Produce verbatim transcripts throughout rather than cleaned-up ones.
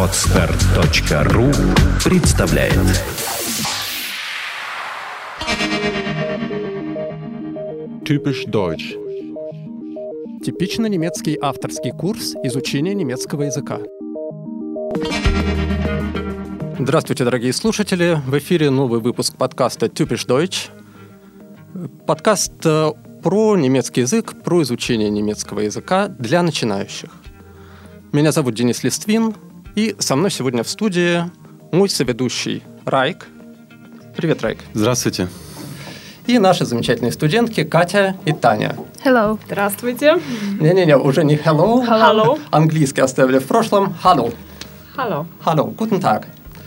Подстер точка ру представляет. Typisch Deutsch. Типично немецкий авторский курс изучения немецкого языка. Здравствуйте, дорогие слушатели! В эфире новый выпуск подкаста Typisch Deutsch. Подкаст про немецкий язык, про изучение немецкого языка для начинающих. Меня зовут Денис Листвин, и со мной сегодня в студии мой соведущий Райк. Привет, Райк. Здравствуйте. И наши замечательные студентки Катя и Таня. Hello. Здравствуйте. Не-не-не, уже не hello. Hello. Английский оставили в прошлом. Hello. Hello. Hello. Guten Tag.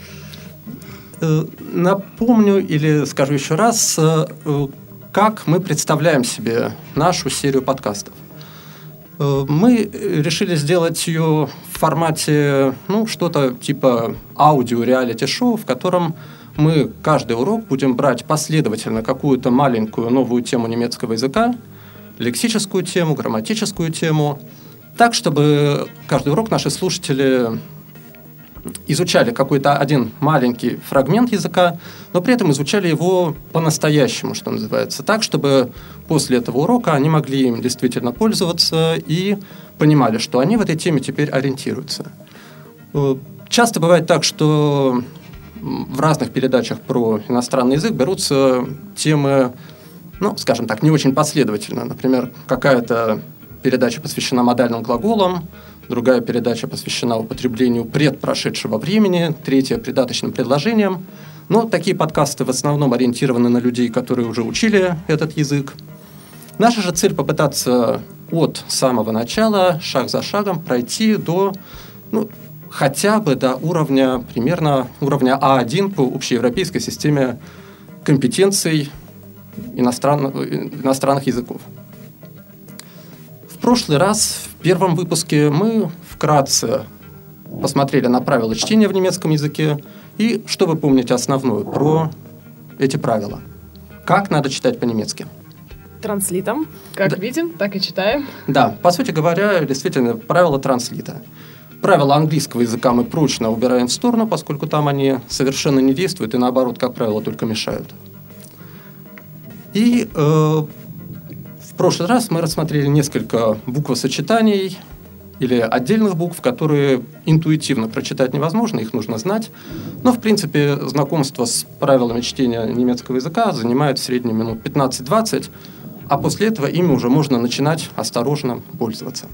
Напомню или скажу еще раз, как мы представляем себе нашу серию подкастов. Мы решили сделать ее в формате, ну, что-то типа аудио-реалити-шоу, в котором мы каждый урок будем брать последовательно какую-то маленькую новую тему немецкого языка, лексическую тему, грамматическую тему, так, чтобы каждый урок наши слушатели изучали какой-то один маленький фрагмент языка, но при этом изучали его по-настоящему, что называется, так, чтобы после этого урока они могли им действительно пользоваться и понимали, что они в этой теме теперь ориентируются. Часто бывает так, что в разных передачах про иностранный язык берутся темы, ну, скажем так, не очень последовательно. Например, какая-то передача посвящена модальным глаголам, другая передача посвящена употреблению предпрошедшего времени, третья – придаточным предложениям. Но такие подкасты в основном ориентированы на людей, которые уже учили этот язык. Наша же цель – попытаться от самого начала, шаг за шагом, пройти до, ну, хотя бы до уровня, примерно уровня А один по общеевропейской системе компетенций иностран... иностранных языков. В прошлый раз, в первом выпуске, мы вкратце посмотрели на правила чтения в немецком языке и, чтобы помнить основное про эти правила. Как надо читать по-немецки? Транслитом. Как да. видим, так и читаем. Да, по сути говоря, действительно, правила транслита. Правила английского языка мы прочно убираем в сторону, поскольку там они совершенно не действуют и, наоборот, как правило, только мешают. И э, в прошлый раз мы рассмотрели несколько буквосочетаний или отдельных букв, которые интуитивно прочитать невозможно, их нужно знать. Но, в принципе, знакомство с правилами чтения немецкого языка занимает в среднем минут пятнадцать-двадцать, а после этого ими уже можно начинать осторожно пользоваться.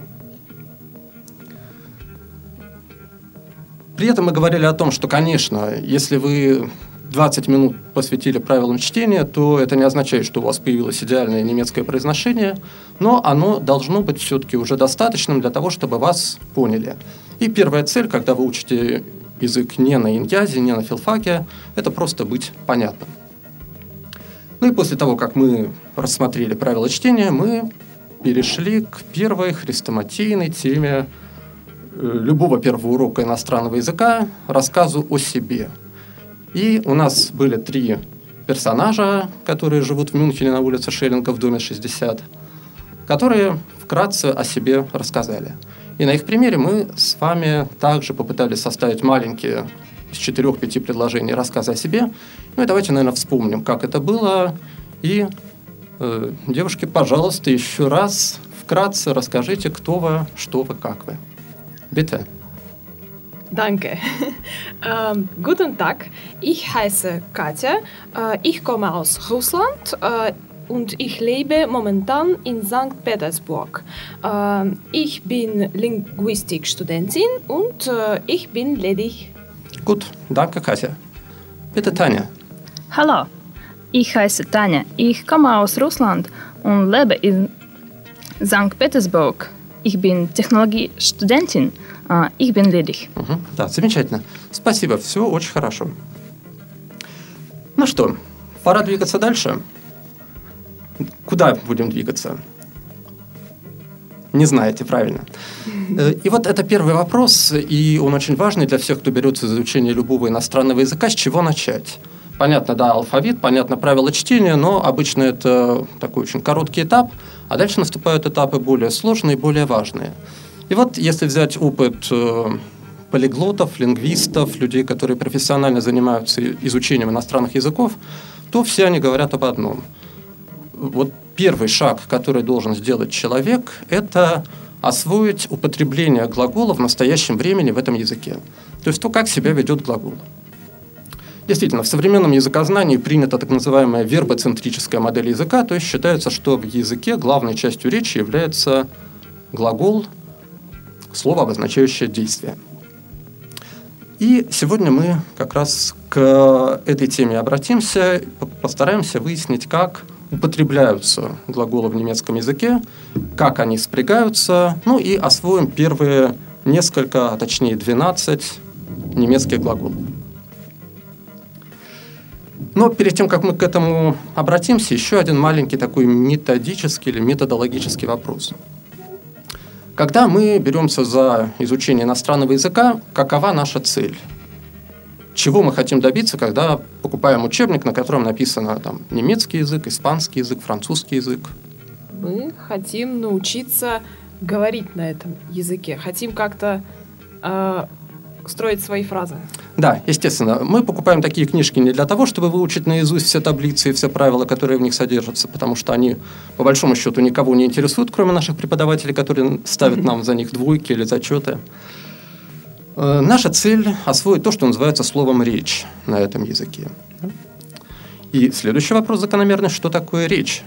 При этом мы говорили о том, что, конечно, если вы двадцать минут посвятили правилам чтения, то это не означает, что у вас появилось идеальное немецкое произношение, но оно должно быть все-таки уже достаточным для того, чтобы вас поняли. И первая цель, когда вы учите язык не на иньязе, не на филфаке, это просто быть понятным. Ну и после того, как мы рассмотрели правила чтения, мы перешли к первой хрестоматийной теме любого первого урока иностранного языка – рассказу о себе. И у нас были три персонажа, которые живут в Мюнхене на улице Шеллинга в доме шестьдесят, которые вкратце о себе рассказали. И на их примере мы с вами также попытались составить маленькие из четырех-пяти предложений рассказы о себе. Ну и давайте, наверное, вспомним, как это было. И, э, девушки, пожалуйста, еще раз вкратце расскажите, кто вы, что вы, как вы. Bitte. Danke. ähm, guten Tag, ich heiße Katja, äh, ich komme aus Russland äh, und ich lebe momentan in Sankt Petersburg. Äh, ich bin Linguistikstudentin und äh, ich bin ledig. Gut, danke, Katja. Bitte, Tanja. Hallo, ich heiße Tanja, ich komme aus Russland und lebe in Sankt Petersburg. Ich bin Technologiestudentin, uh, ich bin ledig. Угу, да, замечательно. Спасибо, все очень хорошо. Ну что, пора двигаться дальше. Куда будем двигаться? Не знаете, правильно. И вот это первый вопрос, и он очень важный для всех, кто берется за изучение любого иностранного языка. С чего начать? Понятно, да, алфавит, понятно, правила чтения, но обычно это такой очень короткий этап, а дальше наступают этапы более сложные, более важные. И вот если взять опыт полиглотов, лингвистов, людей, которые профессионально занимаются изучением иностранных языков, то все они говорят об одном. Вот первый шаг, который должен сделать человек, это освоить употребление глагола в настоящем времени в этом языке. То есть то, как себя ведет глагол. Действительно, в современном языкознании принята так называемая вербоцентрическая модель языка, то есть считается, что в языке главной частью речи является глагол, слово, обозначающее действие. И сегодня мы как раз к этой теме обратимся, постараемся выяснить, как употребляются глаголы в немецком языке, как они спрягаются, ну и освоим первые несколько, а точнее двенадцать немецких глаголов. Но перед тем, как мы к этому обратимся, еще один маленький такой методический или методологический вопрос. Когда мы беремся за изучение иностранного языка, какова наша цель? Чего мы хотим добиться, когда покупаем учебник, на котором написано там, немецкий язык, испанский язык, французский язык? Мы хотим научиться говорить на этом языке. Хотим как-то э, строить свои фразы. Да, естественно. Мы покупаем такие книжки не для того, чтобы выучить наизусть все таблицы и все правила, которые в них содержатся, потому что они, по большому счету, никого не интересуют, кроме наших преподавателей, которые ставят нам за них двойки или зачеты. Наша цель – освоить то, что называется словом «речь» на этом языке. И следующий вопрос закономерный – что такое речь?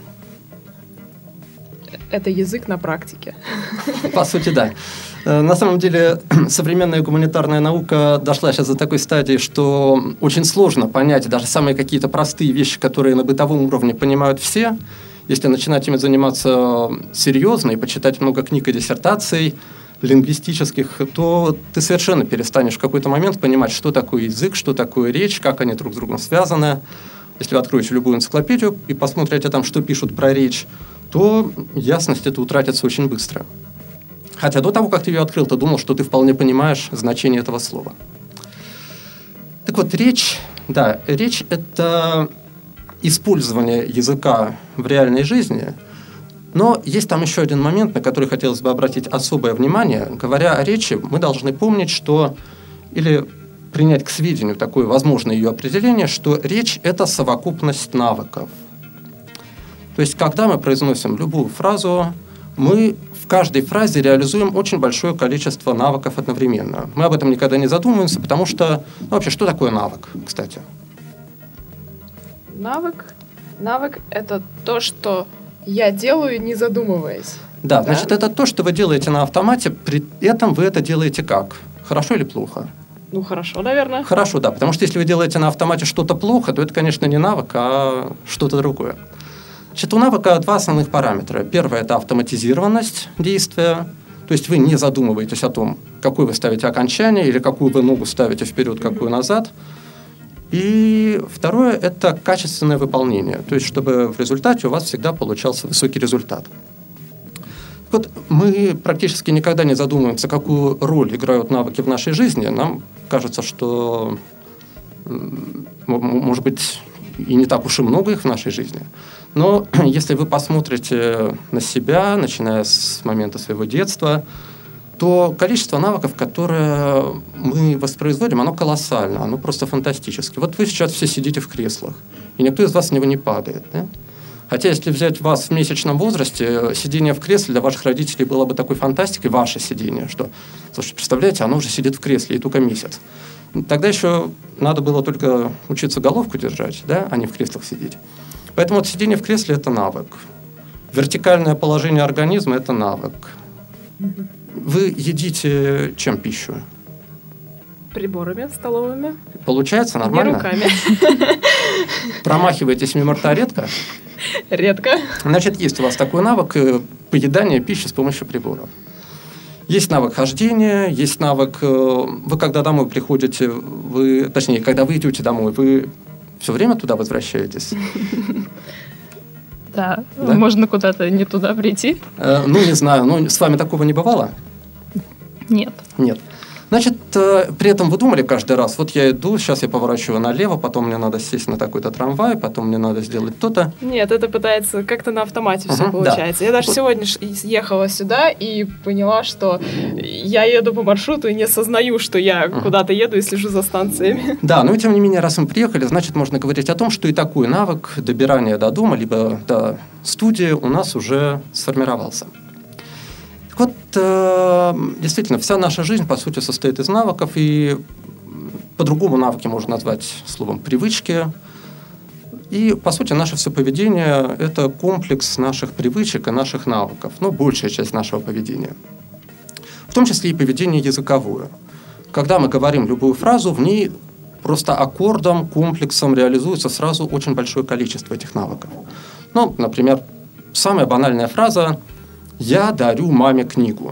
Это язык на практике. По сути, да. На самом деле, современная гуманитарная наука дошла сейчас до такой стадии, что очень сложно понять даже самые какие-то простые вещи, которые на бытовом уровне понимают все. Если начинать ими заниматься серьезно и почитать много книг и диссертаций лингвистических, то ты совершенно перестанешь в какой-то момент понимать, что такое язык, что такое речь, как они друг с другом связаны. Если вы откроете любую энциклопедию и посмотрите там, что пишут про речь, то ясность это утратится очень быстро. Хотя до того, как ты ее открыл, ты думал, что ты вполне понимаешь значение этого слова. Так вот, речь, да, речь – это использование языка в реальной жизни, но есть там еще один момент, на который хотелось бы обратить особое внимание. Говоря о речи, мы должны помнить, что, или принять к сведению такое возможное ее определение, что речь – это совокупность навыков. То есть, когда мы произносим любую фразу, мы в каждой фразе реализуем очень большое количество навыков одновременно. Мы об этом никогда не задумываемся, потому что... Ну, вообще, что такое навык, кстати? Навык? Навык – это то, что я делаю, не задумываясь. Да, да, значит, это то, что вы делаете на автомате, при этом вы это делаете как? Хорошо или плохо? Ну, хорошо, наверное. Хорошо, да, потому что если вы делаете на автомате что-то плохо, то это, конечно, не навык, а что-то другое. Значит, у навыка два основных параметра. Первое – это автоматизированность действия, то есть вы не задумываетесь о том, какое вы ставите окончание или какую вы ногу ставите вперед, какую назад. И второе – это качественное выполнение, то есть чтобы в результате у вас всегда получался высокий результат. Вот мы практически никогда не задумываемся, какую роль играют навыки в нашей жизни. Нам кажется, что, может быть, и не так уж и много их в нашей жизни. Но если вы посмотрите на себя, начиная с момента своего детства, то количество навыков, которые мы воспроизводим, оно колоссально, оно просто фантастическое. Вот вы сейчас все сидите в креслах, и никто из вас с него не падает. Да? Хотя, если взять вас в месячном возрасте, сидение в кресле для ваших родителей было бы такой фантастикой, ваше сидение, что, слушайте, представляете, оно уже сидит в кресле, и только месяц. Тогда еще надо было только учиться головку держать, да, а не в креслах сидеть. Поэтому вот сидение в кресле – это навык. Вертикальное положение организма – это навык. Вы едите чем пищу? Приборами столовыми. Получается нормально? Не руками. Промахиваетесь мимо рта редко? Редко. Значит, есть у вас такой навык поедания пищи с помощью приборов. Есть навык хождения, есть навык... Вы когда домой приходите, вы, точнее, когда вы идете домой, вы все время туда возвращаетесь? Да, да? Можно куда-то не туда прийти. Э, ну, не знаю, ну, с вами такого не бывало? Нет. Нет. Значит, при этом вы думали каждый раз, вот я иду, сейчас я поворачиваю налево, потом мне надо сесть на такой-то трамвай, потом мне надо сделать то-то. Нет, это пытается как-то на автомате uh-huh, все получается. Да. Я даже вот. сегодня ехала сюда и поняла, что я еду по маршруту и не осознаю, что я uh-huh. куда-то еду и слежу за станциями. Да, но тем не менее, раз мы приехали, значит, можно говорить о том, что и такой навык добирания до дома, либо до студии у нас уже сформировался. Вот, действительно, вся наша жизнь, по сути, состоит из навыков, и по-другому навыки можно назвать словом «привычки». И, по сути, наше все поведение – это комплекс наших привычек и наших навыков, ну, большая часть нашего поведения. В том числе и поведение языковое. Когда мы говорим любую фразу, в ней просто аккордом, комплексом реализуется сразу очень большое количество этих навыков. Ну, например, самая банальная фраза «Я дарю маме книгу».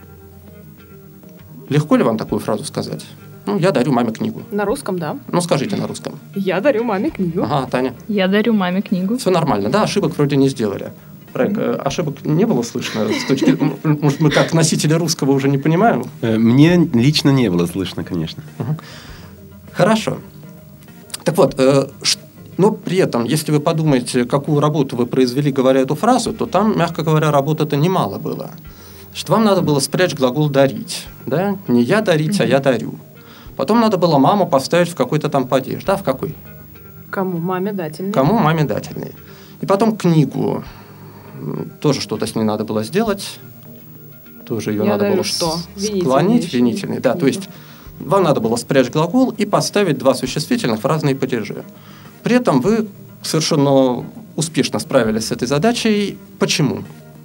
Легко ли вам такую фразу сказать? Ну, я дарю маме книгу. На русском, да. Ну, скажите на русском. Я дарю маме книгу. Ага, Таня. Я дарю маме книгу. Все нормально, да, ошибок вроде не сделали. Рэг, ошибок не было слышно? С точки... Может, мы как носители русского уже не понимаем? Мне лично не было слышно, конечно. Угу. Хорошо. Так вот, э, но при этом, если вы подумаете, какую работу вы произвели, говоря эту фразу, то там, мягко говоря, работы-то немало было. Что вам надо было спрячь глагол «дарить». Да? Не «я дарить», а «я дарю». Потом надо было маму поставить в какой-то там падеж. Да, в какой? Кому? Маме дательный. Кому? Маме дательный. И потом книгу. Тоже что-то с ней надо было сделать. Тоже ее я надо дарю было что? склонить. Винительный. Винительный, да. То есть вам надо было спрячь глагол и поставить два существительных в разные падежи. При этом вы совершенно успешно справились с этой задачей. Почему?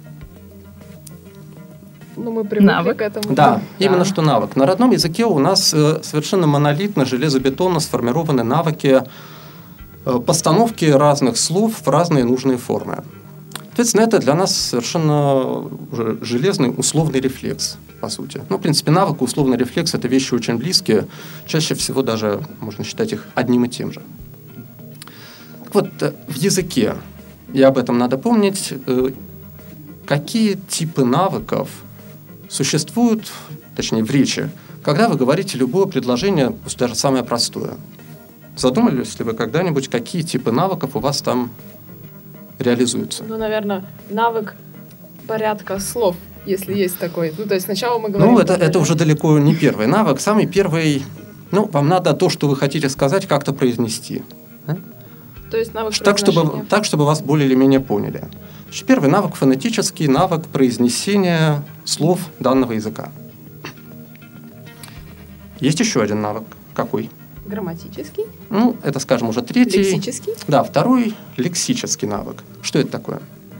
Ну, мы привыкли навык. к этому. Да, да, именно что навык. На родном языке у нас совершенно монолитно, железобетонно сформированы навыки постановки разных слов в разные нужные формы. Соответственно, это для нас совершенно уже железный условный рефлекс, по сути. Ну, в принципе, навык и условный рефлекс – это вещи очень близкие. Чаще всего даже можно считать их одним и тем же. Так вот, в языке, и об этом надо помнить, какие типы навыков существуют, точнее, в речи, когда вы говорите любое предложение, пусть даже самое простое. Задумались ли вы когда-нибудь, какие типы навыков у вас там реализуются? Ну, наверное, навык порядка слов, если есть такой. Ну, то есть сначала мы говорим... Ну, это, это уже далеко не первый навык. Самый первый, ну, вам надо то, что вы хотите сказать, как-то произнести. Да? То есть навык так, чтобы, так, чтобы вас более или менее поняли. Значит, первый навык фонетический, навык произнесения слов данного языка. Есть еще один навык. Какой? Грамматический. Ну, это, скажем, уже третий. Лексический. Да, второй лексический навык. Что это такое?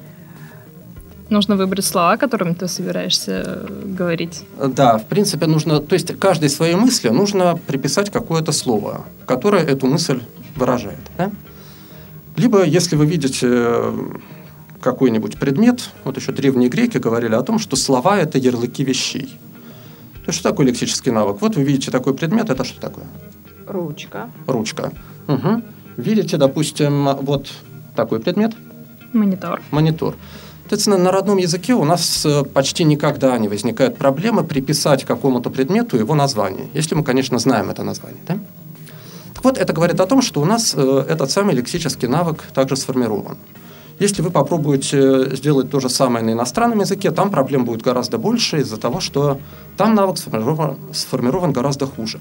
Нужно выбрать слова, которыми ты собираешься говорить. Да, в принципе, нужно... То есть каждой своей мысли нужно приписать какое-то слово, которое эту мысль выражает. Да? Либо, если вы видите какой-нибудь предмет, вот еще древние греки говорили о том, что слова – это ярлыки вещей. То есть что такое лексический навык? Вот вы видите такой предмет, это что такое? Ручка. Ручка. Угу. Видите, допустим, вот такой предмет? Монитор. Монитор. Соответственно, на родном языке у нас почти никогда не возникает проблемы приписать какому-то предмету его название, если мы, конечно, знаем это название. Да? Так вот, это говорит о том, что у нас этот самый лексический навык также сформирован. Если вы попробуете сделать то же самое на иностранном языке, там проблем будет гораздо больше из-за того, что там навык сформирован, сформирован гораздо хуже.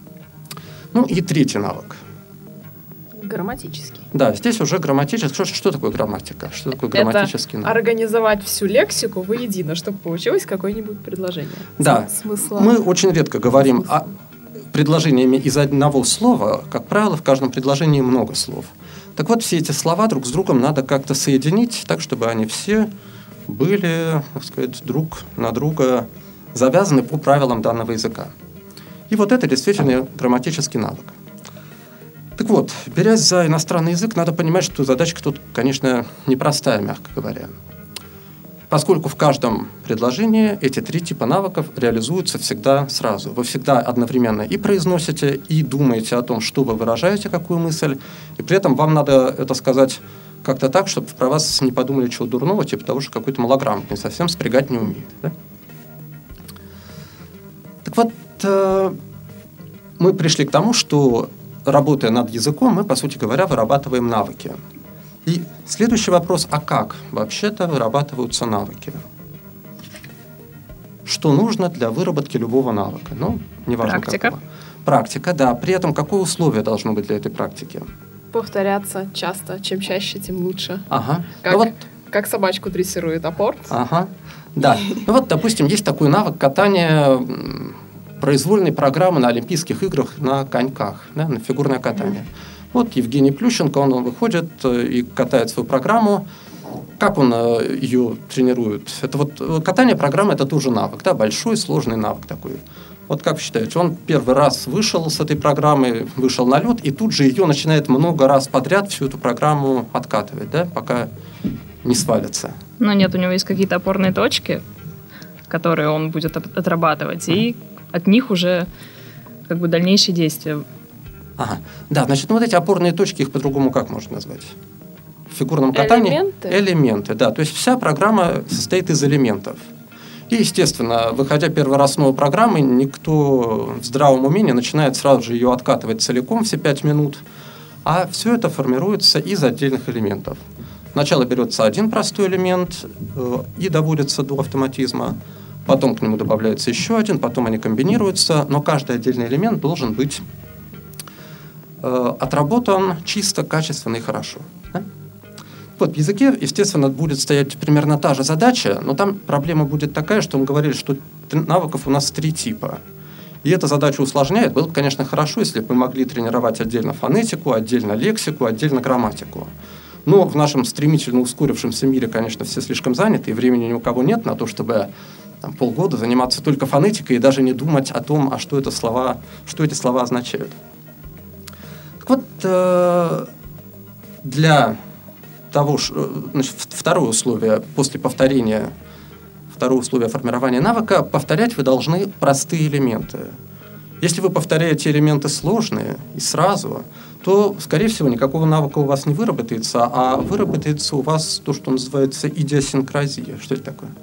Ну и третий навык. Грамматический. Да, здесь уже грамматический. Что, что такое грамматика? Что такое грамматический навык? Это организовать всю лексику воедино, чтобы получилось какое-нибудь предложение. Да. Смысла. Мы очень редко говорим Смысла. о предложениями из одного слова. Как правило, в каждом предложении много слов. Так вот, все эти слова друг с другом надо как-то соединить, так, чтобы они все были, так сказать, друг на друга завязаны по правилам данного языка. И вот это действительно грамматический навык. Так вот, берясь за иностранный язык, надо понимать, что задачка тут, конечно, непростая, мягко говоря. Поскольку в каждом предложении эти три типа навыков реализуются всегда сразу. Вы всегда одновременно и произносите, и думаете о том, что вы выражаете, какую мысль, и при этом вам надо это сказать как-то так, чтобы про вас не подумали чего дурного, типа того, что какой-то малограмотный совсем спрягать не умеет. Да? Так вот, мы пришли к тому, что, работая над языком, мы, по сути говоря, вырабатываем навыки. И следующий вопрос, а как вообще-то вырабатываются навыки? Что нужно для выработки любого навыка? Ну, неважно Практика. какого. Практика, да. При этом какое условие должно быть для этой практики? Повторяться часто. Чем чаще, тем лучше. Ага. Как, Ну вот, как собачку дрессирует апорт. ага. Да. Ну вот, допустим, есть такой навык катания м, произвольной программы на Олимпийских играх на коньках, да, на фигурное катание. Вот Евгений Плющенко, он, он выходит э, и катает свою программу. Как он э, ее тренирует? Это вот э, катание программы – это тоже навык, да, большой, сложный навык такой. Вот как вы считаете, он первый раз вышел с этой программы, вышел на лед, и тут же ее начинает много раз подряд всю эту программу откатывать, да, пока не свалится. Но нет, у него есть какие-то опорные точки, которые он будет от- отрабатывать, и от них уже как бы дальнейшие действия. Ага. Да, значит, ну вот эти опорные точки, их по-другому как можно назвать? В фигурном катании Элементы? элементы, да. То есть вся программа состоит из элементов. И, естественно, выходя первый раз с новой программы, никто в здравом уме не начинает сразу же ее откатывать целиком все пять минут, а все это формируется из отдельных элементов. Сначала берется один простой элемент э, и доводится до автоматизма, потом к нему добавляется еще один, потом они комбинируются, но каждый отдельный элемент должен быть э, отработан чисто, качественно и хорошо. Да? Вот в языке, естественно, будет стоять примерно та же задача, но там проблема будет такая, что мы говорили, что навыков у нас три типа. И эта задача усложняет. Было бы, конечно, хорошо, если бы мы могли тренировать отдельно фонетику, отдельно лексику, отдельно грамматику. Но в нашем стремительно ускорившемся мире, конечно, все слишком заняты, и времени ни у кого нет на то, чтобы там, полгода заниматься только фонетикой и даже не думать о том, а что, это слова, что эти слова означают. Так вот, э, для того, значит, второе условие после повторения, второе условие формирования навыка, повторять вы должны простые элементы. Если вы повторяете элементы сложные и сразу, то, скорее всего, никакого навыка у вас не выработается, а выработается у вас то, что называется идиосинкразия. Что это такое?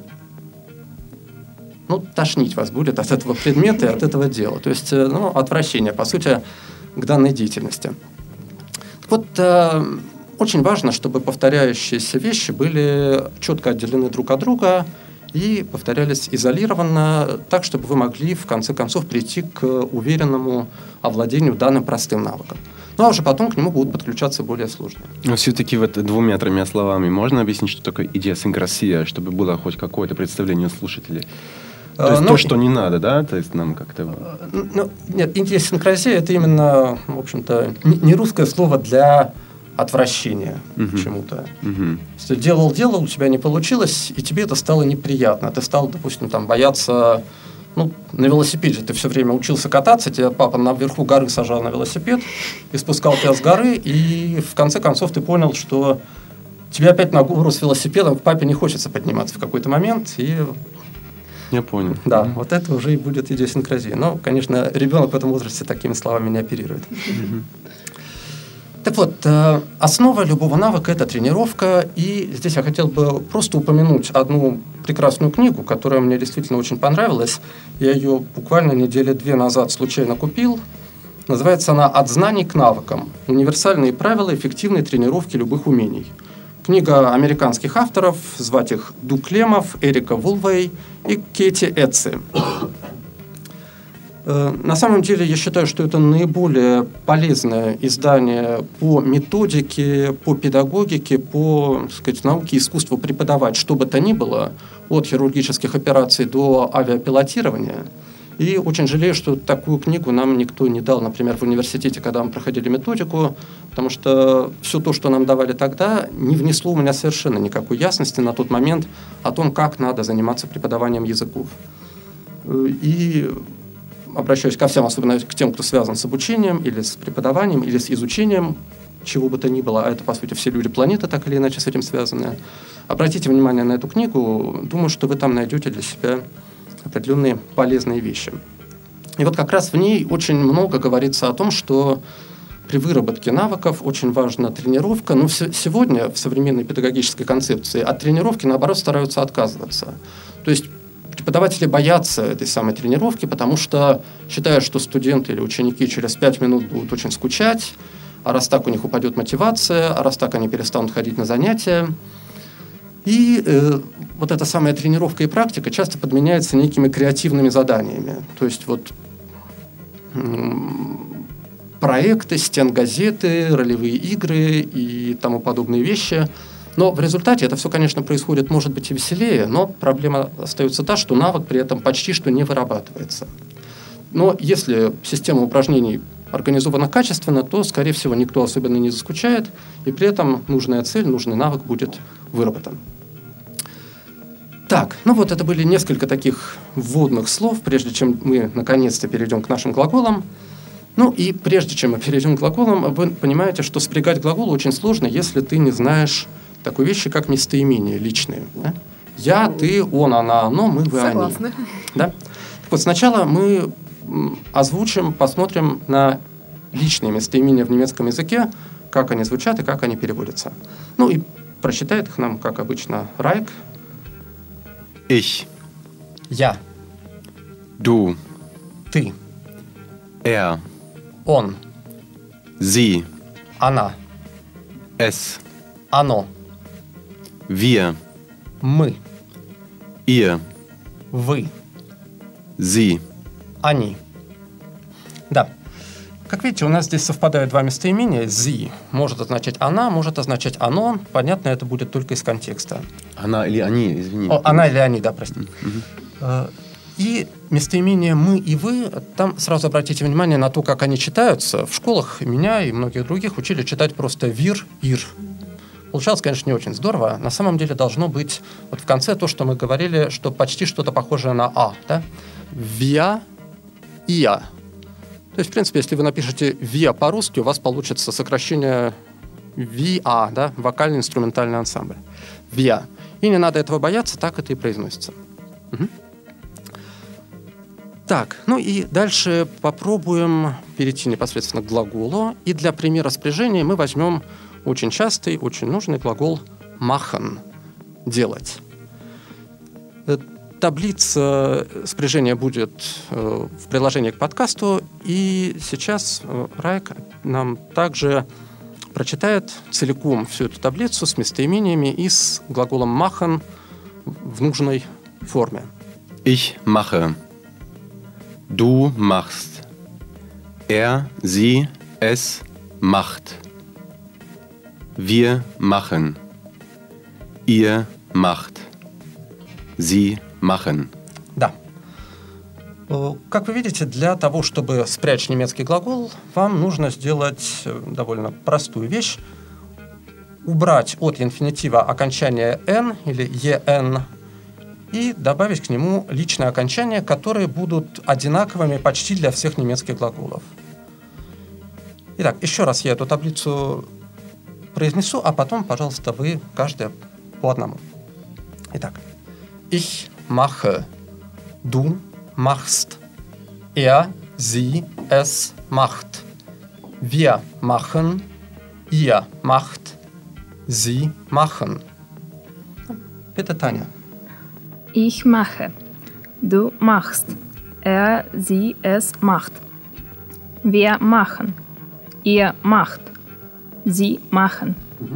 Ну, тошнить вас будет от этого предмета и от этого дела. То есть, ну, отвращение, по сути, к данной деятельности. Вот очень важно, чтобы повторяющиеся вещи были четко отделены друг от друга и повторялись изолированно, так, чтобы вы могли, в конце концов, прийти к уверенному овладению данным простым навыком. Ну, а уже потом к нему будут подключаться более сложные. Но все-таки вот двумя тремя словами можно объяснить, что такое идиосинкразия, чтобы было хоть какое-то представление у слушателей? То есть ну, то, что не надо, да? То есть нам как-то... Ну, нет, идиосинкразия – это именно, в общем-то, не русское слово для отвращения uh-huh. к чему-то. Uh-huh. Если делал-делал, у тебя не получилось, и тебе это стало неприятно. Ты стал, допустим, там, бояться... Ну, на велосипеде ты все время учился кататься, тебя папа наверху горы сажал на велосипед и спускал тебя с горы, и в конце концов ты понял, что тебе опять на гору с велосипедом к папе не хочется подниматься в какой-то момент, и... Я понял. Да, mm-hmm. вот это уже и будет идиосинкразия. Но, конечно, ребенок в этом возрасте такими словами не оперирует. Mm-hmm. Так вот, основа любого навыка – это тренировка. И здесь я хотел бы просто упомянуть одну прекрасную книгу, которая мне действительно очень понравилась. Я ее буквально недели две назад случайно купил. Называется она «От знаний к навыкам. Универсальные правила эффективной тренировки любых умений». Книга американских авторов, звать их Ду Клемов, Эрика Вулвей и Кэти Эци. На самом деле, я считаю, что это наиболее полезное издание по методике, по педагогике, по, так сказать, науке и искусству преподавать что бы то ни было, от хирургических операций до авиапилотирования. И очень жалею, что такую книгу нам никто не дал, например, в университете, когда мы проходили методику, потому что все то, что нам давали тогда, не внесло у меня совершенно никакой ясности на тот момент о том, как надо заниматься преподаванием языков. И обращаюсь ко всем, особенно к тем, кто связан с обучением, или с преподаванием, или с изучением чего бы то ни было, а это, по сути, все люди планеты так или иначе с этим связаны. Обратите внимание на эту книгу, думаю, что вы там найдете для себя определенные полезные вещи. И вот как раз в ней очень много говорится о том, что при выработке навыков очень важна тренировка. Но сегодня в современной педагогической концепции от тренировки, наоборот, стараются отказываться. То есть Преподаватели боятся этой самой тренировки, потому что считают, что студенты или ученики через пять минут будут очень скучать, а раз так у них упадет мотивация, а раз так они перестанут ходить на занятия. И э, вот эта самая тренировка и практика часто подменяется некими креативными заданиями. То есть вот м- проекты, стенгазеты, ролевые игры и тому подобные вещи. Но в результате это все, конечно, происходит, может быть, и веселее, но проблема остается та, что навык при этом почти что не вырабатывается. Но если система упражнений организована качественно, то, скорее всего, никто особенно не заскучает, и при этом нужная цель, нужный навык будет выработан. Так, ну вот это были несколько таких вводных слов, прежде чем мы наконец-то перейдем к нашим глаголам. Ну и прежде чем мы перейдем к глаголам, вы понимаете, что спрягать глаголы очень сложно, если ты не знаешь такой вещи, как местоимения личные. Да? Я, ты, он, она, оно, мы, вы, Согласна. они. Да? Так вот сначала мы озвучим, посмотрим на личные местоимения в немецком языке, как они звучат и как они переводятся. Ну и прочитает их нам, как обычно, Райк. Ich. Я. Du. Ты. Er. Он. Sie. Она. Es. Оно. Wir. Мы. Ihr. Вы. Sie. Они. Да. Как видите, у нас здесь совпадают два местоимения. Sie может означать она, может означать оно. Понятно, это будет только из контекста. Она или они, извини. О, она или они, да, простите. Мгм. И местоимения «мы» и «вы», там сразу обратите внимание на то, как они читаются. В школах меня и многих других учили читать просто «вир», «ир». Получалось, конечно, не очень здорово. На самом деле должно быть вот в конце то, что мы говорили, что почти что-то похожее на «а». Да? «Виа» и «я». То есть, в принципе, если вы напишете «виа» по-русски, у вас получится сокращение «ви-а», да? Вокально-инструментальный ансамбль. «Виа». И не надо этого бояться, так это и произносится. Угу. Так, ну и дальше попробуем перейти непосредственно к глаголу. И для примера спряжения мы возьмем очень частый, очень нужный глагол «machen» – «делать». Таблица спряжения будет э, в приложении к подкасту, и сейчас э, Райк нам также прочитает целиком всю эту таблицу с местоимениями и с глаголом «machen» в нужной форме. Ich mache. Du machst. Er, sie, es macht. Wir machen. Ihr macht. Sie machen. Да. Э, Как вы видите, для того, чтобы спрячь немецкий глагол, вам нужно сделать э, довольно простую вещь. Убрать от инфинитива окончание «н» или «en» и добавить к нему личные окончания, которые будут одинаковыми почти для всех немецких глаголов. Итак, еще раз я эту таблицу произнесу, а потом, пожалуйста, вы каждый по одному. Итак. Ich mache. Du machst. Er, sie, es macht. Wir machen. Ihr macht. Sie machen. Bitte, Tanja. Ich mache. Du machst. Er, sie, es macht. Wir machen. Ihr macht. Sie machen.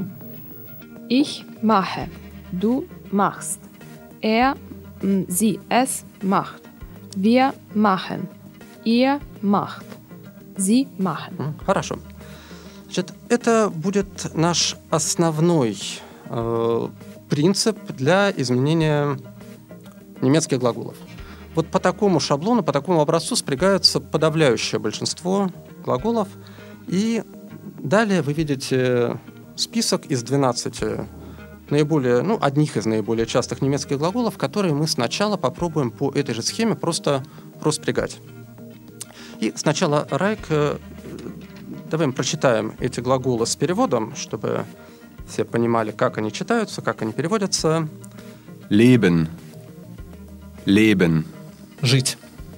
Ich mache. Du machst. Er, m, sie, es macht. Wir machen. Ihr macht. Sie machen. М, Хорошо. Значит, это будет наш основной э, принцип для изменения немецких глаголов. Вот по такому шаблону, по такому образцу спрягаются подавляющее большинство глаголов. И далее вы видите список из двенадцати наиболее, ну, одних из наиболее частых немецких глаголов, которые мы сначала попробуем по этой же схеме просто проспрягать. И сначала, Райк, э, давай мы прочитаем эти глаголы с переводом, чтобы все понимали, как они читаются, как они переводятся. Leben. Leben. Жить.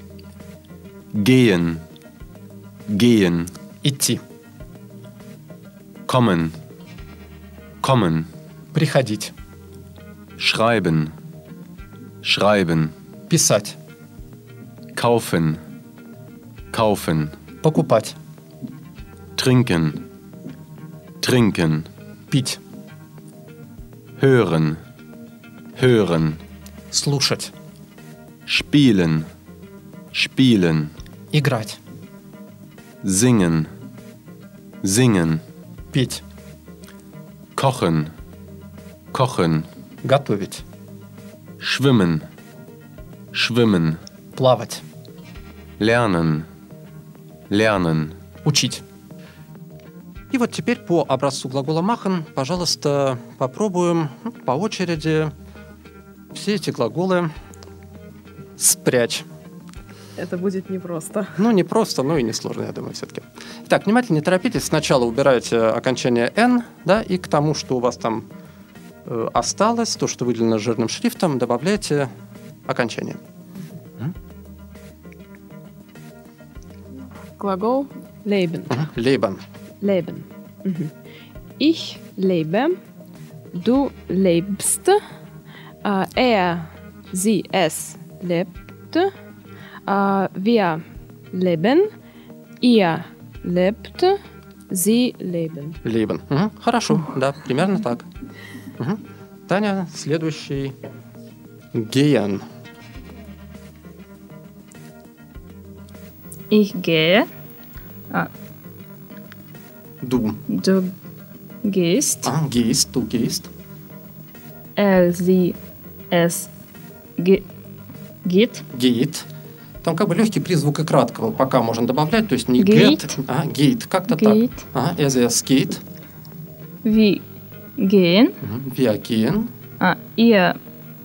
Gehen. Gehen. Идти. Kommen. Kommen. Приходить. Schreiben. Schreiben. Писать. Kaufen. Kaufen. Покупать. Trinken. Trinken. Пить. Hören. Hören. Слушать. Spielen. Spielen. Играть. Singen. Singen. Петь. Kochen. Kochen. Готовить. Schwimmen. Schwimmen. Плавать. Lernen. Lernen. Учить. И вот теперь по образцу глагола machen, пожалуйста, попробуем по очереди все эти глаголы спрячь. Это будет непросто. Ну, не просто, но и не сложно, я думаю, все-таки. Итак, внимательно, не торопитесь. Сначала убираете окончание «н», да, и к тому, что у вас там э, осталось, то, что выделено жирным шрифтом, добавляйте окончание. Глагол leben. Leben. Leben. Mhm. Ich lebe, du lebst, äh, er, sie, es lebt, äh, wir leben, ihr lebt, sie leben. Leben. Мгм. Хорошо, да, примерно так. Мгм. Таня, следующий. Gehen. Ich gehe. Du. Du gehst. А, gehst, du gehst. Er, sie, es ge geht. Geht. Там как бы легкий призвук и краткого пока можно добавлять, то есть не Geht. get, а geht, как-то Geht. так. Ага, es, es geht. Wir gehen. Мгм. Wir gehen. Ah, ihr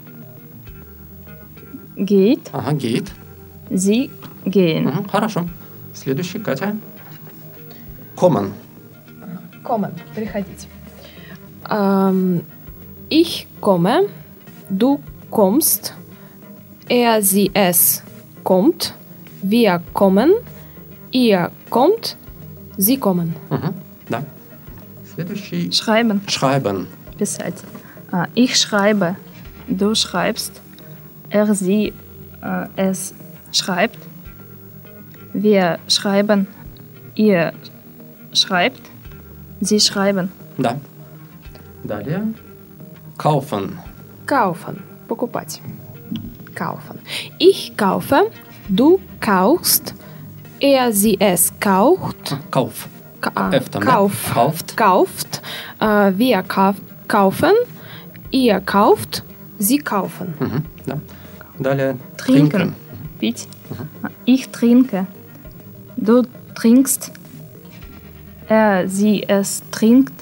geht. Ага, geht. Sie gehen. Мгм, хорошо. Следующий, Катя. Kommen. Kommen. Приходить. Ähm, ich komme, du kommst, er, sie, es kommt, wir kommen, ihr kommt, sie kommen. Мгм, да. Следующий. Schreiben. Schreiben. Писать. Ah, ich schreibe. Du schreibst. Er, sie, äh, es schreibt. Wir schreiben. Ihr schreibt. Sie schreiben. Да. Далее. Kaufen. Kaufen. Покупать. Kaufen. Ich kaufe, du kaufst, er, sie, es kauft. Kauf. Ka F там, да? kauf, Kauft. kauft. Äh, wir kauf kaufen, ihr kauft, sie kaufen. Мгм, да. Далее. Trinken. Пить. Ah, ich trinke. Du trinkst. Er, sie, es trinkt.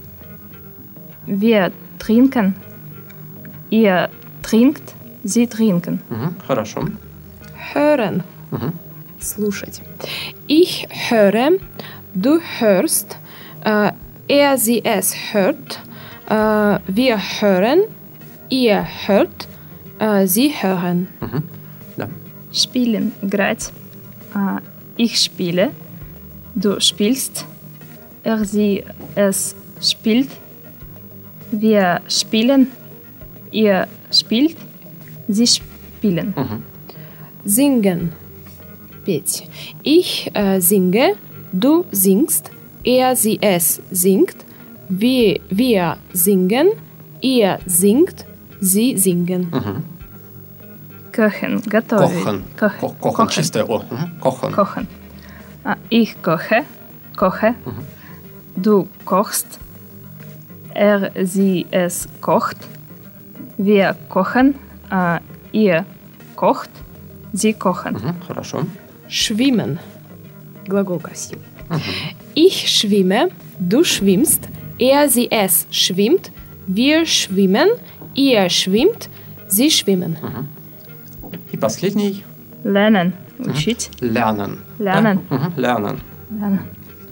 Wir trinken. Ihr trinkt. Sie trinken. Мгм, хорошо. Hören. Мгм. Слушать. Ich höre, du hörst, äh, er, sie, es hört, äh, wir hören, ihr hört, äh, sie hören. Мгм, да. Spielen. Играть. Ah, ich spiele. Du spielst. Er, sie, es spielt. Wir spielen. Ihr spielt. Sie spielen. Мгм. Singen. Петь. Ich äh, singe, du singst, er, sie, es singt, wir, wir singen, ihr singt, sie singen. Мгм. Kochen. Готовить. Kochen. Kochen. Ко- Kochen. Чистое О. Мгм. Kochen. Kochen. Ah, ich koche. Koche. Du kochst. Er, sie, es kocht. Wir kochen. Ah, ihr kocht. Sie kochen. Мгм, хорошо. Schwimmen. Глагол красивый. Ich schwimme, du schwimmst, er, sie, es schwimmt, wir schwimmen, ihr schwimmt, sie schwimmen. И последний. Lernen. Учить. Lernen. Lernen. Да? Мгм, Lernen. Lernen.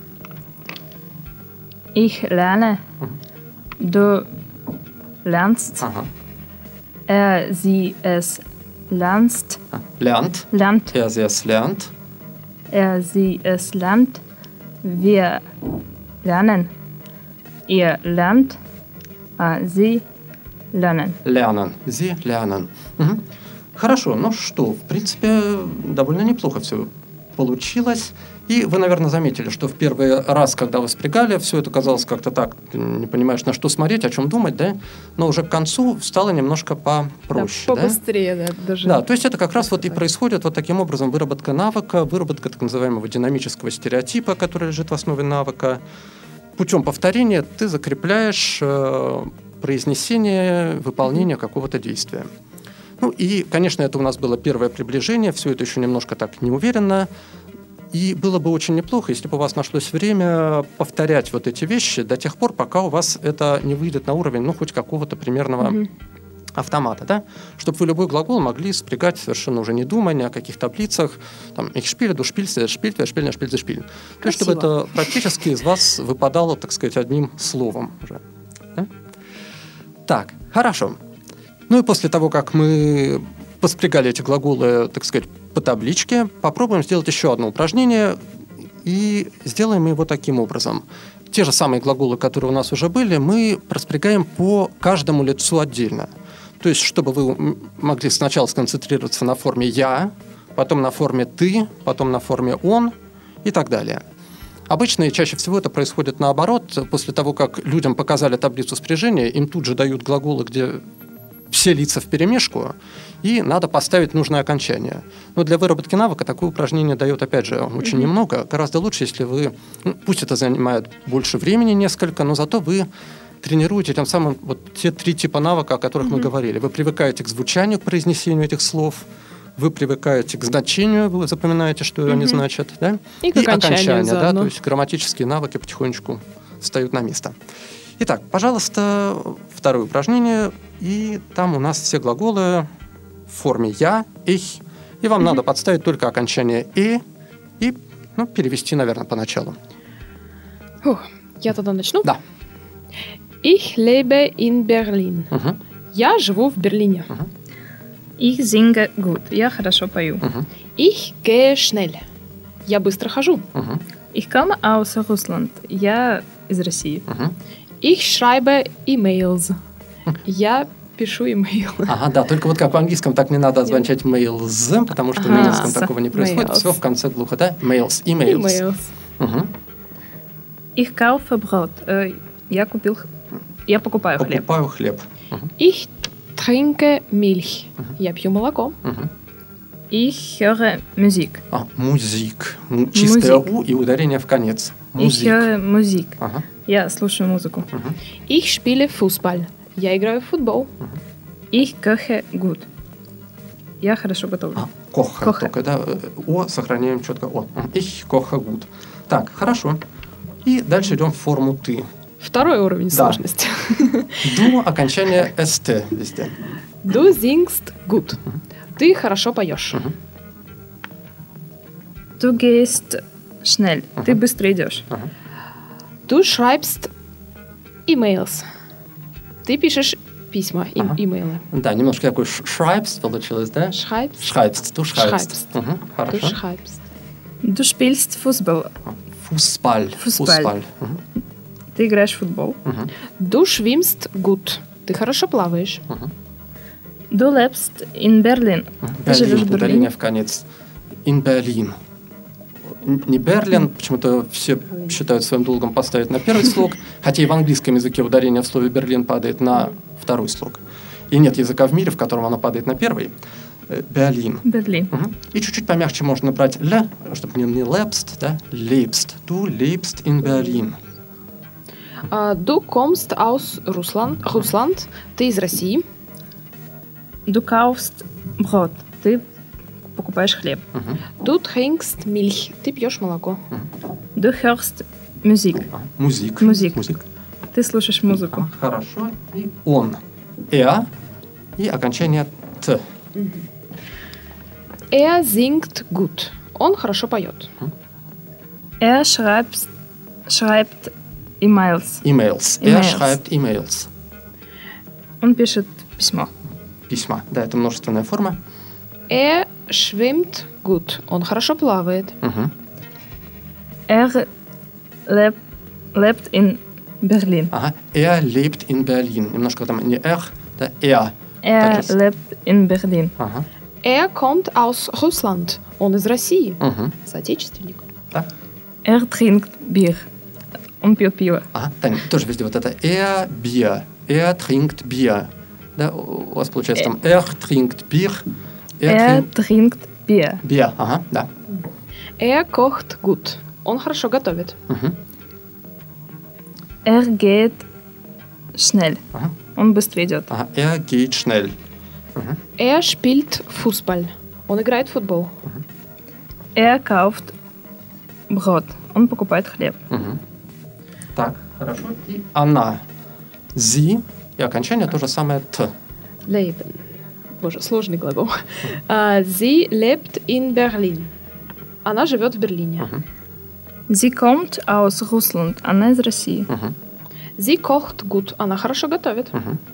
Ich lerne. Du lernst. Ага. Er, sie, es lernst. А, Lernt. Lernt. Er, sie, es lernt. Er, sie, es lernt. Wir lernen. Ihr lernt. Ah, sie lernen. Lernen. Sie lernen. Мгм. Хорошо, ну что, в принципе, довольно неплохо все получилось. И вы, наверное, заметили, что в первый раз, когда вы спрягали, все это казалось как-то так, ты не понимаешь, на что смотреть, о чем думать, да? Но уже к концу стало немножко попроще, Да, да? побыстрее, да, даже. Да, то есть это как раз вот и так. происходит вот таким образом выработка навыка, выработка так называемого динамического стереотипа, который лежит в основе навыка. Путем повторения ты закрепляешь э, произнесение, выполнение какого-то действия. Ну и, конечно, это у нас было первое приближение, все это еще немножко так неуверенно. И было бы очень неплохо, если бы у вас нашлось время повторять вот эти вещи до тех пор, пока у вас это не выйдет на уровень, ну, хоть какого-то примерного mm-hmm. автомата, да? Чтобы вы любой глагол могли спрягать совершенно уже не думая ни о каких таблицах, там, «ich spiele», «du spielst», «er spielt», «wer spielt», «er spielt», «sie spielen». То есть, чтобы это практически из вас выпадало, так сказать, одним словом уже. Да? Так, хорошо. Ну и после того, как мы поспрягали эти глаголы, так сказать, по табличке, попробуем сделать еще одно упражнение и сделаем его таким образом. Те же самые глаголы, которые у нас уже были, мы проспрягаем по каждому лицу отдельно. То есть, чтобы вы могли сначала сконцентрироваться на форме «я», потом на форме «ты», потом на форме «он» и так далее. Обычно и чаще всего это происходит наоборот. После того, как людям показали таблицу спряжения, им тут же дают глаголы, где все лица вперемешку, и надо поставить нужное окончание. Но для выработки навыка такое упражнение дает, опять же, очень mm-hmm. немного. Гораздо лучше, если вы... Ну, пусть это занимает больше времени несколько, но зато вы тренируете тем самым вот те три типа навыка, о которых mm-hmm. мы говорили. Вы привыкаете к звучанию, к произнесению этих слов, вы привыкаете к значению, вы запоминаете, что mm-hmm. они значат, да? И к и окончанию окончание, да, то есть грамматические навыки потихонечку встают на место. Итак, пожалуйста, второе упражнение, и там у нас все глаголы в форме «я», «ich», и вам mm-hmm. надо подставить только окончание «и» и ну, перевести, наверное, поначалу. Фух, я тогда начну? Да. Ich lebe in Berlin. Uh-huh. Я живу в Берлине. Uh-huh. Ich singe gut. Я хорошо пою. Uh-huh. Ich gehe schnell. Я быстро хожу. Uh-huh. Ich komme aus Russland. Я из России. Uh-huh. Ich schreibe E-Mails. Я пишу имейлы. Ага, да, только вот как в английском так не надо означать mails, потому что ага, на немецком такого не происходит. Mails. Все в конце глухо, да? Mails, emails. E-mails. Угу. Ich kaufe Brot. Я купил... Я покупаю хлеб. Покупаю хлеб. Угу. Ich trinke Milch. Угу. Я пью молоко. Угу. Ich höre Musik. А, музик. Чистое У и ударение в конец. Ich höre Musik. Ага. Я слушаю музыку. Угу. Ich spiele Fußball. Я играю в футбол. Угу. Ich koche gut. Я хорошо готовлю. А, коха, коха. Только, да, О сохраняем четко О. Ich koche gut. Так, хорошо. И дальше идем в форму «ты». Второй уровень да. сложности. Ду, окончание «ст» везде. Du singst gut. Угу. Ты хорошо поешь. Угу. Du gehst schnell. Угу. Ты быстро идешь. Угу. Du schreibst E-Mails. Ты пишешь письма, и- ага. имейлы. Да, немножко такой schreibst получилось, да? Schreibst. Schreibst, du schreibst. Schreibst. Угу, хорошо. Du schreibst. Du spielst Fußball. Fußball. Fußball. Fußball. Угу. Ты играешь в футбол. Угу. Du schwimmst gut. Ты хорошо плаваешь. Угу. Du lebst in Berlin. Ты живешь в Берлин, ударение Берлине. в конец. In Berlin. Не Берлин, почему-то все считают своим долгом поставить на первый слог, хотя и в английском языке ударение в слове Берлин падает на второй слог. И нет языка в мире, в котором оно падает на первый. Берлин. Берлин. Угу. И чуть-чуть помягче можно брать «л», чтобы не, не «lebst», да? «lebst». Du lebst in Berlin. Uh, du kommst aus Russland. Russland. Ты из России. Du kaufst Brot. Ты покупаешь хлеб. Угу. Du trinkst Milch. Ты пьешь молоко. Du hörst Musik. Музик. Музик. Музик. Ты слушаешь музыку. Хорошо. И он. Er. И окончание «т». Er singt gut. Он хорошо поет. Er schreibt, schreibt E-Mails. Emails. Er Emails. schreibt emails. Он пишет письмо. Письма. Да, это множественная форма. Er schwimmt gut. Он хорошо плавает. Угу. Er leb, lebt in Berlin. Ага. Er lebt in Berlin. Немножко там не er, да, er. Er Так же. lebt in Berlin. Ага. Er kommt aus Russland. Он из России. Угу. Соотечественник. Да. Er trinkt Bier. Он пьет пиво. Ага, Таня, тоже везде вот это er Bier, er trinkt Bier. Да, у вас получается там er trinkt Bier, er, Er trinkt trinkt Bier. Bier. Ага, да. Er kocht gut. Он хорошо готовит. Угу. Er geht schnell. Ага. Он быстро идет. Ага, er geht schnell. Er spielt Fußball. Он играет в футбол. Er kauft Brot. Он покупает хлеб. Угу. Так, хорошо. И она. Sie. И окончание то же самое Т. Leben. Боже, сложный глагол. Uh, sie lebt in Berlin. Она живет в Берлине. Sie kommt aus Russland. Она из России. Sie kocht gut. Она хорошо готовит.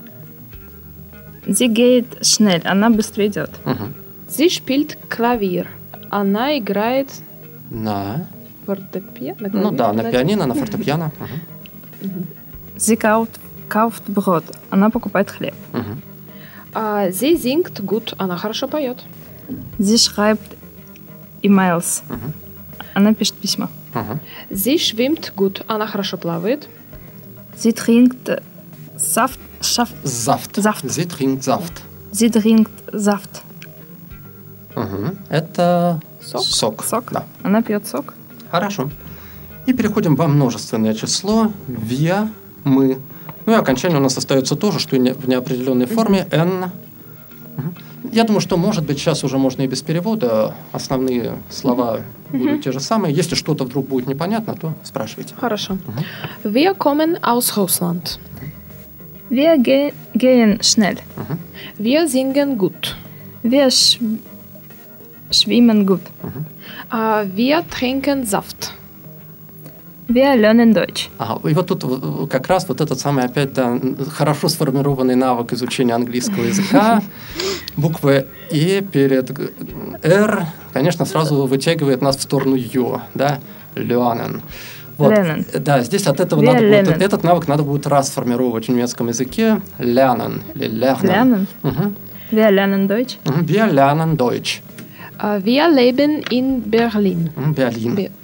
Sie geht schnell. Она быстро идет. Sie spielt Klavier. Она играет На. фортепиано. Ну да, на пианино, на фортепиано. Угу. Sie kauft, kauft Brot. Она покупает хлеб. Угу. Uh, sie singt gut. Она хорошо поет. Sie schreibt E-Mails. Она пишет письма. Угу. Sie schwimmt gut. Она хорошо плавает. Sie trinkt Saft. Saft. Saft. Saft. Sie trinkt Saft. Sie trinkt Saft. Угу. Это Сок. Сок. Сок. Да. Она пьет сок. Хорошо. И переходим во множественное число. Wir, мы. Ну и окончание у нас остается то же, что и не- в неопределенной форме. N. Мгм. Я думаю, что, может быть, сейчас уже можно и без перевода. Основные слова будут те же самые. Если что-то вдруг будет непонятно, то спрашивайте. Хорошо. Wir kommen aus Russland. Wir ge gehen schnell. Wir singen gut. Wir schw schwimmen gut. Uh, wir trinken Saft. Wir lernen Deutsch. Ага, и вот тут э, как раз вот этот самый опять да, хорошо сформированный навык изучения английского языка. Буква «э» перед г- «р», конечно, сразу вытягивает нас в сторону «ё», да, «lernen». Вот. Lernen. Да, здесь от этого Wir надо будет, lernen. этот навык надо будет расформировать в немецком языке. «Lernen» или «lernen». Lernen. Мгм. Wir lernen Deutsch. Мгм. Wir lernen Deutsch. Uh, wir leben in Berlin. Мгм. Berlin. Be-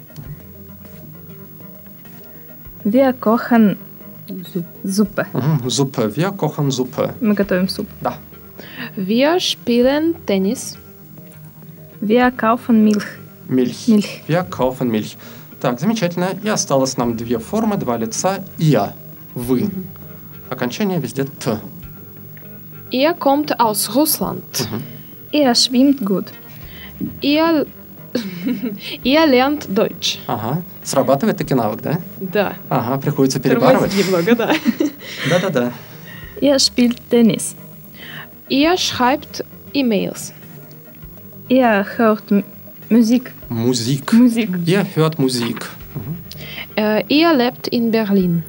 Wir kochen Suppe. Мгм. Suppe. Wir kochen Suppe. Мы готовим суп. Да. Wir spielen Tennis. Wir kaufen Milch. Milch. Milch. Wir kaufen Milch. Так, замечательно. И осталось нам две формы, два лица. Я. Вы. Окончание везде Т. Er kommt aus Russland. Er schwimmt gut. Er, er lernt Deutsch. Ага. Срабатывает таки навык, да? Да. Ага, приходится перебарывать. Тормозит немного, да. Да-да-да. Er spielt Tennis. Er schreibt E-Mails. Er hört M Musik. Musik. Musik. Ihr hört Musik. Äh, er lebt in Berlin.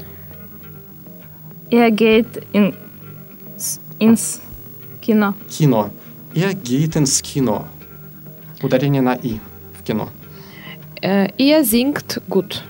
Er geht in, ins Kino. Кино. Ihr geht ins Kino. Ударение на «и» в кино. Äh, er singt gut.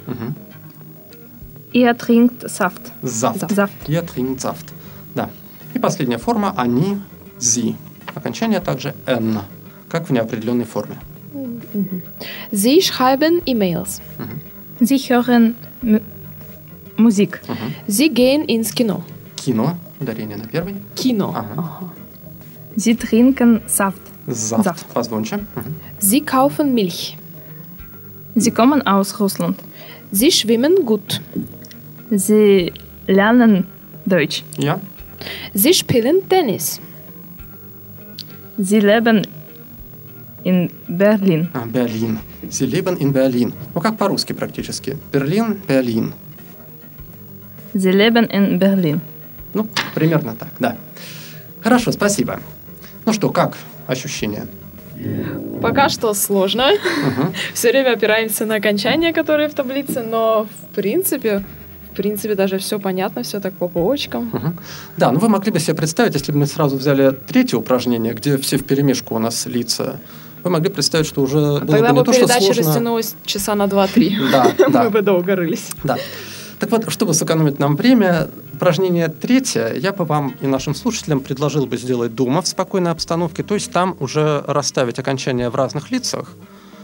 Er trinkt Saft. Saft. Saft. Ihr trinkt Saft. Да. И последняя форма «они», «sie». Окончание также «n», как в неопределенной форме. Sie schreiben E-Mails. Sie hören M Musik. Sie gehen ins Kino. Кино. Ударение на первый. Kino. Ага. Sie trinken Saft. Saft. Saft. Позвонче. Мгм. Sie kaufen Milch. Sie kommen aus Russland. Sie schwimmen gut. Sie lernen Deutsch. Я. Sie spielen Tennis. Sie leben in Berlin. А, Берлин. Sie leben in Berlin. Ну, как по-русски практически. Берлин, Берлин. Sie leben in Berlin. Ну, примерно так, да. Хорошо, спасибо. Ну что, как ощущения? Пока что сложно. Все время опираемся на окончания, которые в таблице, но в принципе, в принципе даже все понятно, все так по полочкам. Мгм. Да, ну вы могли бы себе представить, если бы мы сразу взяли третье упражнение, где все вперемешку у нас лица, вы могли представить, что уже было Тогда бы не бы то, что передача сложно. растянулась часа на два-три. Да, да. Мы бы долго рылись. Да. Так вот, чтобы сэкономить нам время, упражнение третье я бы вам и нашим слушателям предложил бы сделать дома в спокойной обстановке, то есть там уже расставить окончания в разных лицах.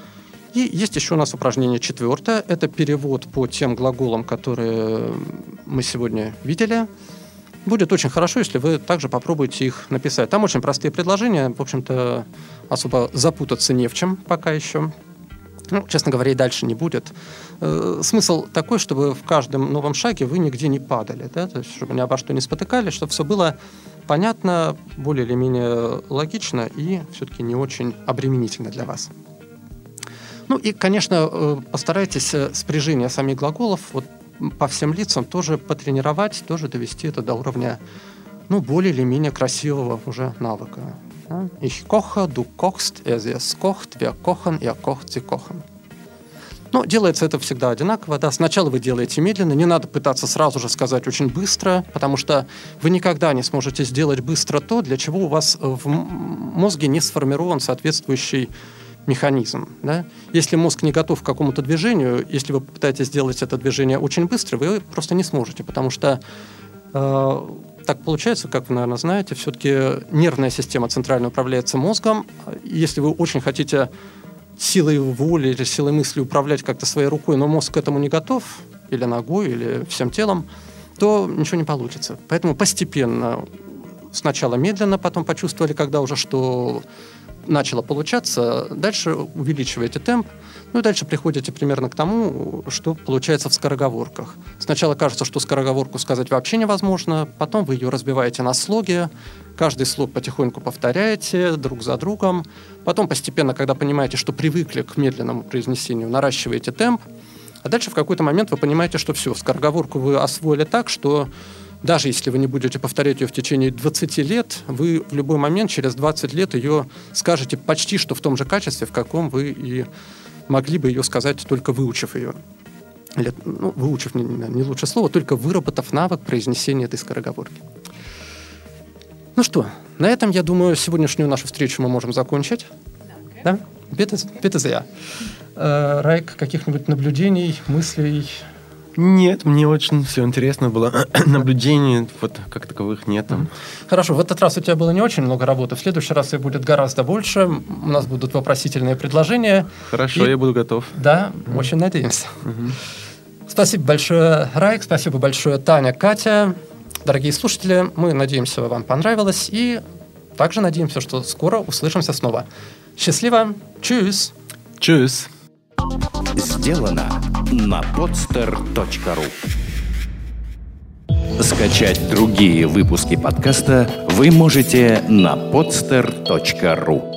И есть еще у нас упражнение четвертое. Это перевод по тем глаголам, которые мы сегодня видели. Будет очень хорошо, если вы также попробуете их написать. Там очень простые предложения. В общем-то, особо запутаться не в чем пока еще. Ну, честно говоря, и дальше не будет. Э, смысл такой, чтобы в каждом новом шаге вы нигде не падали, да? То есть, чтобы ни обо что не спотыкались, чтобы все было понятно, более или менее логично и все-таки не очень обременительно для вас. Ну и, конечно, постарайтесь спряжение самих глаголов вот по всем лицам тоже потренировать, тоже довести это до уровня, ну, более или менее красивого уже навыка. Ich koche, du kochst, er sie kocht, wir kochen, er kocht, sie kochen. Ну, делается это всегда одинаково. Да. Сначала вы делаете медленно, не надо пытаться сразу же сказать очень быстро, потому что вы никогда не сможете сделать быстро то, для чего у вас в мозге не сформирован соответствующий механизм. Да? Если мозг не готов к какому-то движению, если вы попытаетесь сделать это движение очень быстро, вы просто не сможете, потому что э, так получается, как вы, наверное, знаете, все-таки нервная система центрально управляется мозгом. Если вы очень хотите силой воли или силой мысли управлять как-то своей рукой, но мозг к этому не готов, или ногой, или всем телом, то ничего не получится. Поэтому постепенно, сначала медленно, потом почувствовали, когда уже что начало получаться, дальше увеличиваете темп, ну и дальше приходите примерно к тому, что получается в скороговорках. Сначала кажется, что скороговорку сказать вообще невозможно, потом вы ее разбиваете на слоги, каждый слог потихоньку повторяете друг за другом, потом постепенно, когда понимаете, что привыкли к медленному произнесению, наращиваете темп, а дальше в какой-то момент вы понимаете, что все, скороговорку вы освоили так, что даже если вы не будете повторять ее в течение двадцати лет, вы в любой момент, через двадцать лет, ее скажете почти что в том же качестве, в каком вы и могли бы ее сказать, только выучив ее. Или, ну, выучив не, не лучшее слово, только выработав навык произнесения этой скороговорки. Ну что, на этом, я думаю, сегодняшнюю нашу встречу мы можем закончить. Okay. Да? Bitte, bitte sehr. Э, Райк, каких-нибудь наблюдений, мыслей? Нет, мне очень все интересно было. Наблюдений вот как таковых нет. Хорошо, в этот раз у тебя было не очень много работы, в следующий раз их будет гораздо больше, у нас будут вопросительные предложения. Хорошо, и... я буду готов. Да, mm-hmm. очень надеемся. Mm-hmm. Спасибо большое, Райк, спасибо большое, Таня, Катя. Дорогие слушатели, мы надеемся, вам понравилось, и также надеемся, что скоро услышимся снова. Счастливо, tschüss. Tschüss. Сделано на podster точка ру. Скачать другие выпуски подкаста вы можете на podster точка ру.